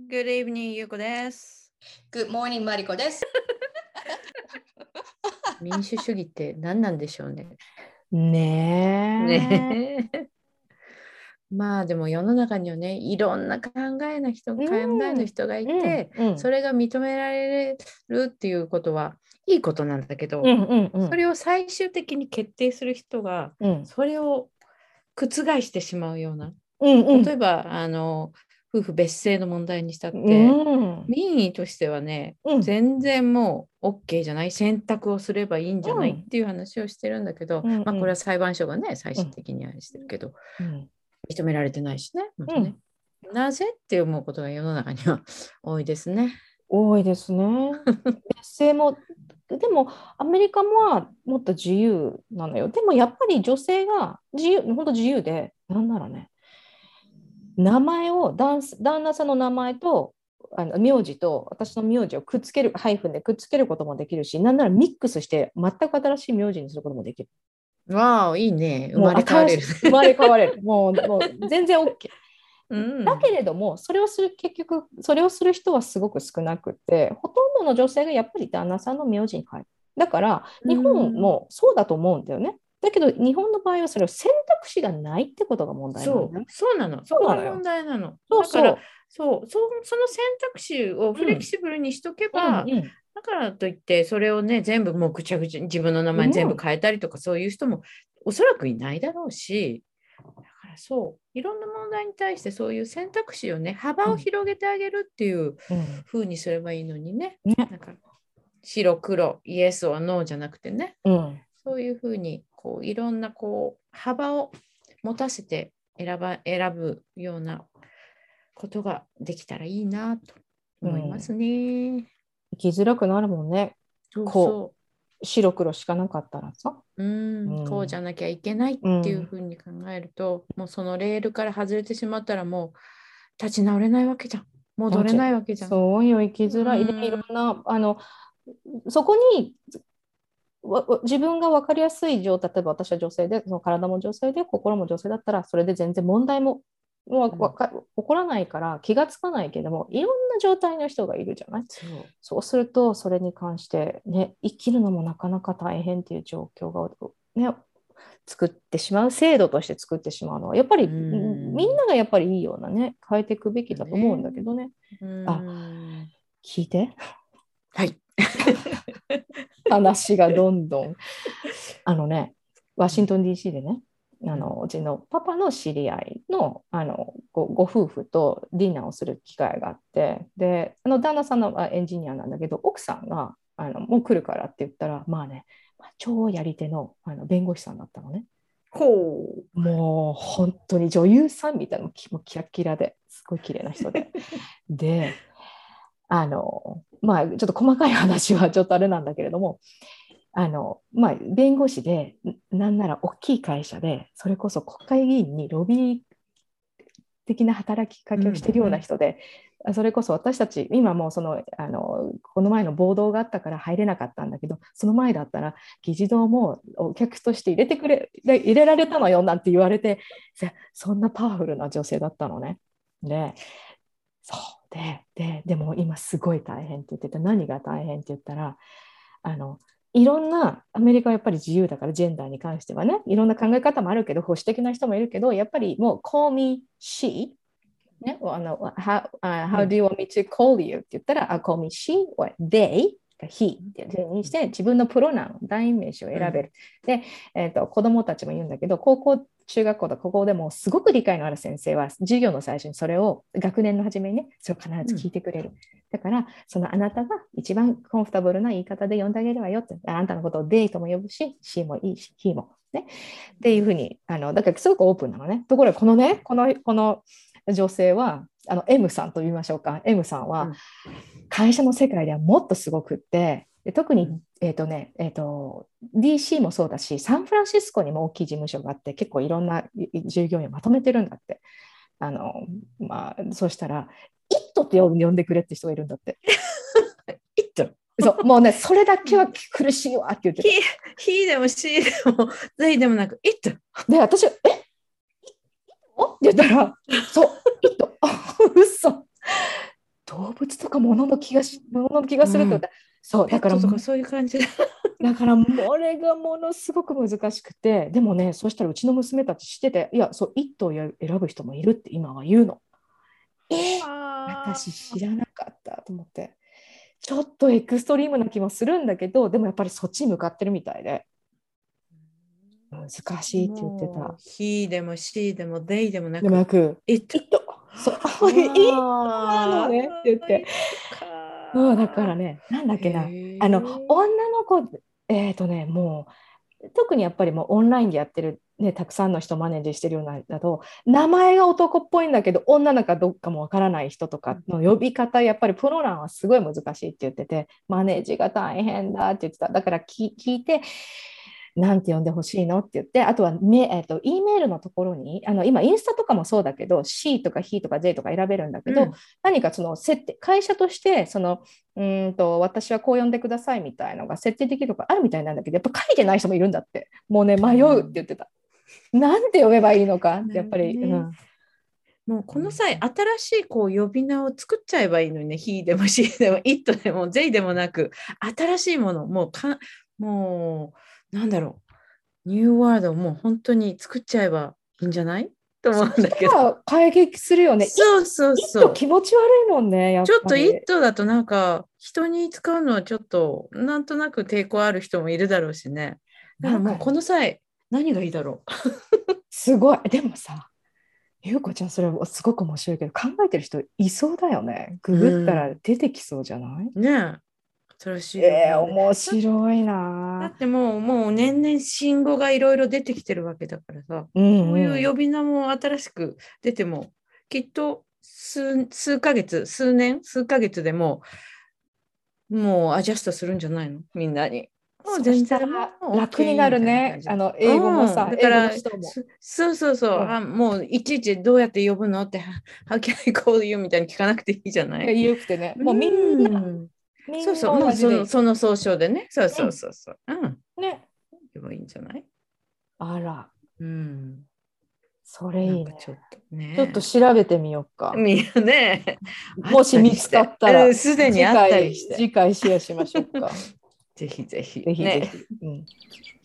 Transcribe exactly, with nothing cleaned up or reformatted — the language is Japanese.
Good evening, ゆうこです。 Good morning, マリコです。 民主主義って何なんでしょうね。 ねねえ。まあでも世の中にはね、いろんな考えの人、考えの人がいて、 うんうん、 それが認められるっていうことはいいことなんだけど、 うんうんうん、 それを最終的に決定する人が、 うん、 それを覆してしまうような、 うんうん、 例えばあの夫婦別姓の問題にしたって、 うん、 民意としてはね、 うん、 全然もう OK じゃない、選択をすればいいんじゃないうんっていう話をしてるんだけど、 うん、 まあこれは裁判所がね、最うん、 終的にはしてるけど、 うん、 認められてないしね、またね。 うん、 なぜって思うことが世の中には多いですね。 多いですね。別姓も、でもアメリカはもっと自由なのよ。でもやっぱり女性が自由、本当自由で、なんならね、名前を旦、旦那さんの名前とあの名字と私の名字をくっつける、ハイフンでくっつけることもできるし、なんならミックスして全く新しい名字にすることもできる。 わあ、いいね。生もうまれ変わ新しい、 れる。 生まれ変われる。もう、もう全然 OK。 うん、 だけれども、それをする、結局、それをする人はすごく少なくて、ほとんどの女性がやっぱり旦那さんの名字に変える。だから、 う日本ん、 もそうだと思うんだよね。だけど、日本の場合はそれを選択肢がないってことが問題なんだよ。 そう、そうなの。そこが問そうなのよ。 題なの。 そうだから、 そそう、そ、その選択肢をう。うん、 フレキシブルにしとけうん、 ば、だからといって、それをね、全部もうぐちゃぐちゃ、自分の名うん。 前全部うん変えたりとか、そういう人もおそらくいないだろうし、だからそう、いろんな問題に対してそういう選択肢をね、幅をうん広げてあげるっていううん風にすればいいのにね、 ね、 なんか白黒、イエスはノーじゃなくてね、 うん、 そういう風にこういろんなこう幅を持たせて選ば選ぶようなことができたらいいなとう思いますん。 ね。 生きづらくなるもんね。 そうこそう、白黒しかなかったらさ。 う。ううん、こうじゃん、 なきゃいけないっうていうん。 風に考えると、もうそのレールから外れてしまったらもう立ち直れないわけじゃん。戻れだって、 ないわけじゃん。 そうよ、生きうづらい。で、いろん、 んな、あの、そこにわわ自分が分かりやすい状態、例えば私は女性で、その体も女性で、心も女性だったら、それで全然問題もわうん、 わか起こらないから気がつかないけども、いろんな状態の人がいるじゃない。 そそうすると、それに関して、ね、生きるのもなかなか大変っていう状況が、ね、作ってしまう、制度として作ってしまうのは、やっぱう。うりみんん、 ながやっぱりいいようなね、変えていくべきだと思うんだけね。 どね。 うあ、 ん。 聞いて。 はい。 話がどんどん。あのね、ワうん、 シントン ディーシー でね、あうん、 のうちのパパの知り合いの、あのご、ご夫婦とディナーをする機会があって、で、あの旦那さんのエンジニアなんだけど、奥さんがあのもう来るからって言ったら、まあね、超やり手の、あの弁護士さんだったのね。 ほう。 もう本当に女優さんみたいな、もうキラキラですごい綺麗な人で。で、あの、まあ、ちょっと細かい話はちょっとあれなんだけれども、あの、まあ、弁護士で、なんなら大きい会社で、それこそ国会議員にロビー的な働きかうん、 けをしているような人で、それこそ私たち、今もうその、あの、この前の暴動があったから入れなかったんだけど、その前だったら、議事堂もお客として入れてくれ、入れられたのよなんて言われて、そんなパワフルな女性だったのね。で、そうで、で、でも今すごい大変って言ってて、何が大変って言ったら、あの、いろんな、アメリカはやっぱり自由だから、ジェンダーに関してはね、いろんな考え方もあるけど、保守的な人もいるけど、やっぱりもう、call me she、ね、あの how, uh, う how ん、 do you want me to call you って言ったら、call me she or they が he っていうふうにして自分のプロナウン、代名詞を選べる。で、えーと、子供たちも言うんだけど、高校、中学校と高校でもすごく理解のある先生は、授業の最初にそれを、学年の初めにね、それを必ず聞いてくれる。だから、そのあなたが一番コンフォタブルな言い方で呼んであげればよって、あなたのことを they とも呼ぶし、she もいいし、he も。ね、っていうふうに、あのだからすごくオープンなのね。ところが、このね、この、この女性は、あの M さんと言いましょうか。M さんは会社の世界ではもっとすごくって、で特に、えーとねえーと、ディーシー もそうだし、サンフランシスコにも大きい事務所があって、結構いろんな従業員をまとめてるんだって。あのまあ、そうしたら、イットって呼んでくれって人がいるんだって。 イット。 そうもうね、それだけは苦しいわって言ってた。 he でも she でも they でもなく、イット。 で、私、えおって言ったら、そう、イット。嘘。 かものの気がし、ものの気がするって言ったら、そう、 ペッだからもトとかそういう感じ。 だからこれがものすごく難しくて、でもね、そしたらうちの娘たち知ってて、いや、そう、一頭選ぶ人もいるって今は言うの。えあ私知らなかったと思って。ちょっとエクストリームな気もするんだけど、でもやっぱりそっちに向かってるみたいで、難しいって言ってた。 もう、he でも she でも they でもなでもなく、 く、 it。 一頭、そう、一頭なのあねって言っあ、 て。 it そうだからか。 ね、なんだっけな、あの、 へえ。 女の子、えっとね、もう、特にやっぱりもうオンラインでやってる、ね、たくさんの人をマネージしてるようなだと、名前が男っぽいんだけど、女の子かどっかもわからない人とかの呼び方、やっぱりプロナンはすごい難しいって言ってて、マネージが大変だって言ってた。だから聞聞いて、なんて呼んでほしいのって言って、あとはメ、えーと、E メールのところに、あの今、インスタとかもそうだけど、C とか He とか J とか選べるんだけど、 うん。 何かその設定、会社としてその、うんと、私はこう呼んでくださいみたいのが設定できるとかあるみたいなんだけど、やっぱ書いてない人もいるんだって。もうね、迷うって言ってた。なんて呼べばいいのかって、 なるやっぱり。うほどね。 ん、 もうこの際、新しいこう呼び名を作っちゃえばいいのにね。he でも she でも it でも they でもなく、新しいもの、もうか、もう、なんだろう。ニューワードをもう本当に作っちゃえばいいんじゃないと思うんだけど。 解決するよね。 そうそうい、とそう。 気持ち悪いもんね、やっちょっとぱり。 it だとなんか人に使うのはちょっとなんとなく抵抗ある人もいるだろうしね。だからもうなんか、 この際何がいいだろすごい。でもさ、ゆうこちゃん、それすごく面白いけど、考えてる人いそうだよね。グう。 グったらうん。 出てきそうじゃない？ ねえ。新しい呼びえー、 名で。 面だ、 白いだっな。 てもう、もう年々新語がいろいろ出てきてるわけだからさ、 うそういんうん。 う呼び名も新しく出ても、きっと数、数ヶ月、数年、数ヶ月でもう、もうアジャストするんじゃないのみんなに。もうそうした全然もらう楽に OK なみたいなるね。 感じで。 あの、英語もうん。 さ、英語のだから、 人も。 そそうそうそう。 うん。 あ、もういちいちどうやって呼ぶのって、は How can I call you? みたいに聞かなくていいじゃない？ 言うくてね。 うもうみんな、 ん。そうそう。 みんなもうその、 同じでいい。 その総称でね。そうそううん。 そうそう。うん。 ね。 言えばいいんじゃない？ あら、 うん。 それなんいいね。 かちょっとちょっとね。 調べてみようか。 みんなね、あっもしたり見つかして。 ったら、 うん、すでに次あったり回、 して。 次回シェアしましょうか。 ぜひぜひ。 ぜひぜね。 ひ。うん